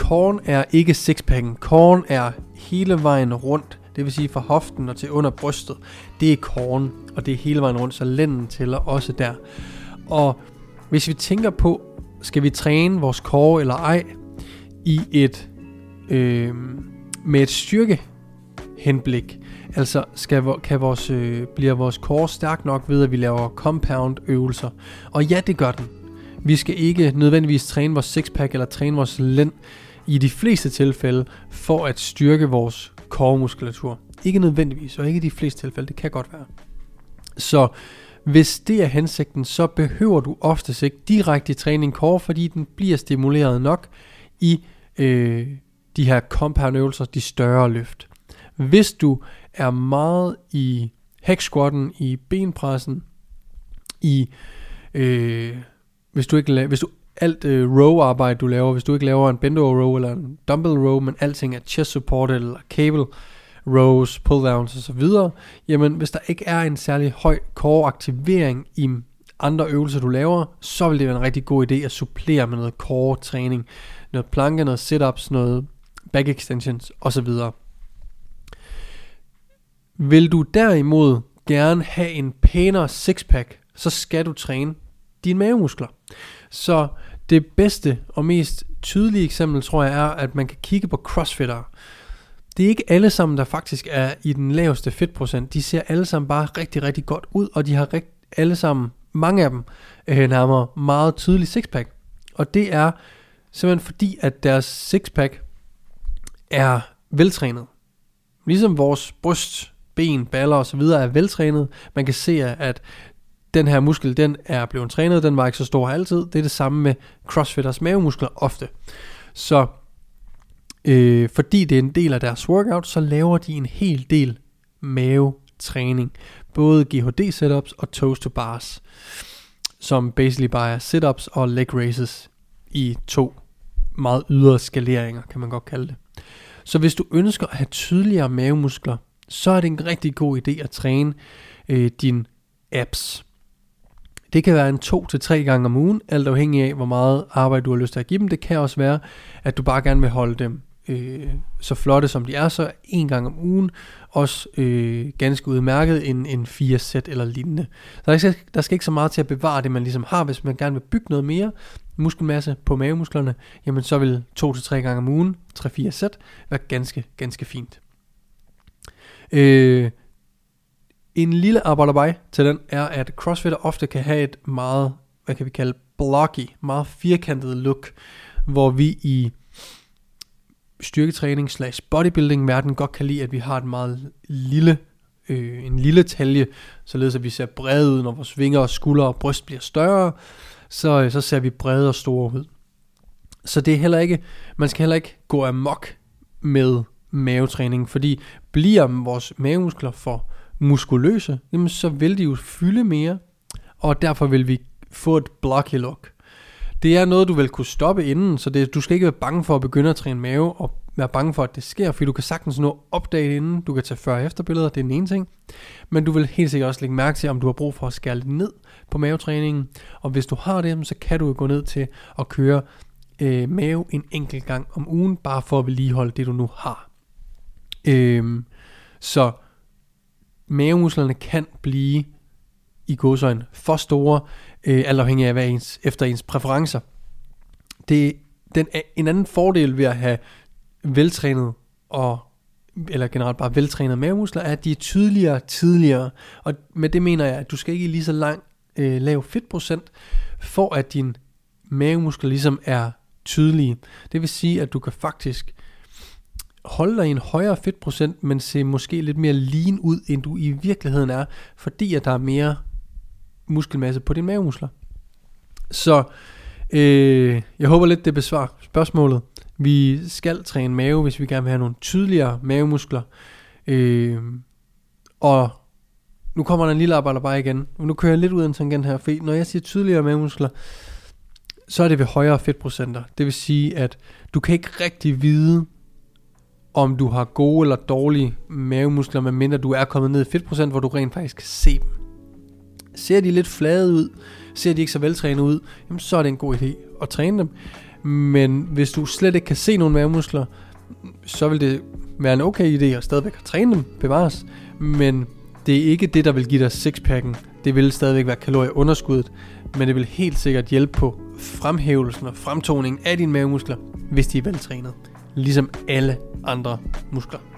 Core er ikke sixpacken. Core er hele vejen rundt. Det vil sige fra hoften og til under brystet. Det er core, og det er hele vejen rundt, så lænden tæller også der. Og hvis vi tænker på, skal vi træne vores core eller ej i med et styrkehenblik, altså bliver vores core stærk nok ved, at vi laver compound øvelser. Og ja, det gør den. Vi skal ikke nødvendigvis træne vores sixpack eller træne vores lænd i de fleste tilfælde for at styrke vores core muskulatur. Ikke nødvendigvis, og ikke i de fleste tilfælde, det kan godt være. Så hvis det er hensigten, så behøver du oftest ikke direkte træning core, fordi den bliver stimuleret nok i de her compound øvelser, de større løft. Hvis du er meget i hack squatten, i benpressen, hvis du alt row arbejde du laver, hvis du ikke laver en bend over row eller en dumbbell row, men alting er chest supported eller cable rows, pull downs og så videre, jamen hvis der ikke er en særlig høj core aktivering i andre øvelser du laver, så vil det være en rigtig god idé at supplere med noget core træning, noget planke, noget sit-ups, noget back extensions og så videre. Vil du derimod gerne have en pænere sixpack, så skal du træne dine mavemuskler. Så det bedste og mest tydelige eksempel, tror jeg, er, at man kan kigge på crossfittere. Det er ikke alle sammen, der faktisk er i den laveste fedtprocent. De ser alle sammen bare rigtig, rigtig godt ud, og de har alle sammen, mange af dem, nærmere meget tydelig sixpack. Og det er simpelthen fordi, at deres sixpack er veltrænet. Ligesom vores bryst, ben, baller og så videre er veltrænet. Man kan se, at den her muskel, den er blevet trænet, den var ikke så stor altid. Det er det samme med crossfitters mavemuskler ofte. Så fordi det er en del af deres workout, så laver de en hel del mavetræning. Både GHD setups og toes to bars, som basically bare er sit-ups og leg raises i 2 meget ydre skaleringer, kan man godt kalde det. Så hvis du ønsker at have tydeligere mavemuskler, så er det en rigtig god idé at træne dine abs. Det kan være en 2 til 3 gange om ugen, alt afhængig af hvor meget arbejde du har lyst til at give dem. Det kan også være, at du bare gerne vil holde dem så flotte som de er, så 1 gang om ugen også ganske udmærket en 4 sæt eller lignende. Så der skal ikke så meget til at bevare det man ligesom har. Hvis man gerne vil bygge noget mere muskelmasse på mavemusklerne, jamen så vil 2 til 3 gange om ugen, 3-4 sæt, være ganske, ganske fint. En lille arbejderbej til den er, at crossfitter ofte kan have et meget, hvad kan vi kalde, blocky, meget firkantet look, hvor vi i styrketræning / bodybuilding verden godt kan lide, at vi har et meget lille, en lille talje, således at vi ser brede ud, når vores vinger og skuldre og bryst bliver større, så ser vi brede og store ud. Så det er heller ikke, man skal heller ikke gå amok med mavetræning, fordi bliver vores mavemuskler for muskuløse, jamen så vil de jo fylde mere, og derfor vil vi få et blocky look. Det er noget, du vil kunne stoppe inden, så du skal ikke være bange for at begynde at træne mave, og være bange for, at det sker, fordi du kan sagtens nå opdage det inden, du kan tage før- og efterbilleder, det er den ene ting, men du vil helt sikkert også lægge mærke til, om du har brug for at skære lidt ned på mavetræningen, og hvis du har det, så kan du gå ned til at køre mave en enkelt gang om ugen, bare for at vedligeholde det, du nu har. Så mavemusklerne kan blive i gåseøjne for store, alt afhængig af efter ens præferencer. En anden fordel ved at have veltrænet eller generelt bare veltrænede mavemuskler, er, at de er tydeligere tidligere. Og med det mener jeg, at du skal ikke lige så lav fedtprocent, for at dine mavemuskler ligesom er tydelige. Det vil sige, at du kan faktisk holde dig i en højere fedtprocent, men se måske lidt mere lean ud, end du i virkeligheden er, fordi at der er mere muskelmasse på dine mavemuskler. Så jeg håber lidt, det besvarer spørgsmålet. Vi skal træne mave, hvis vi gerne vil have nogle tydeligere mavemuskler. Og nu kommer der en lille arbejder bare igen. Nu kører jeg lidt ud af en tangent her, for når jeg siger tydeligere mavemuskler, så er det ved højere fedtprocenter. Det vil sige, at du kan ikke rigtig vide, om du har gode eller dårlige mavemuskler, medmindre du er kommet ned i fedtprocent, hvor du rent faktisk kan se dem. Ser de lidt flade ud, ser de ikke så veltrænet ud, jamen så er det en god idé at træne dem. Men hvis du slet ikke kan se nogle mavemuskler, så vil det være en okay idé at stadigvæk træne dem, bevares. Men det er ikke det, der vil give dig sixpacken. Det vil stadigvæk være kalorieunderskuddet, men det vil helt sikkert hjælpe på fremhævelsen og fremtoningen af dine mavemuskler, hvis de er veltrænet. Ligesom alle andre muskler.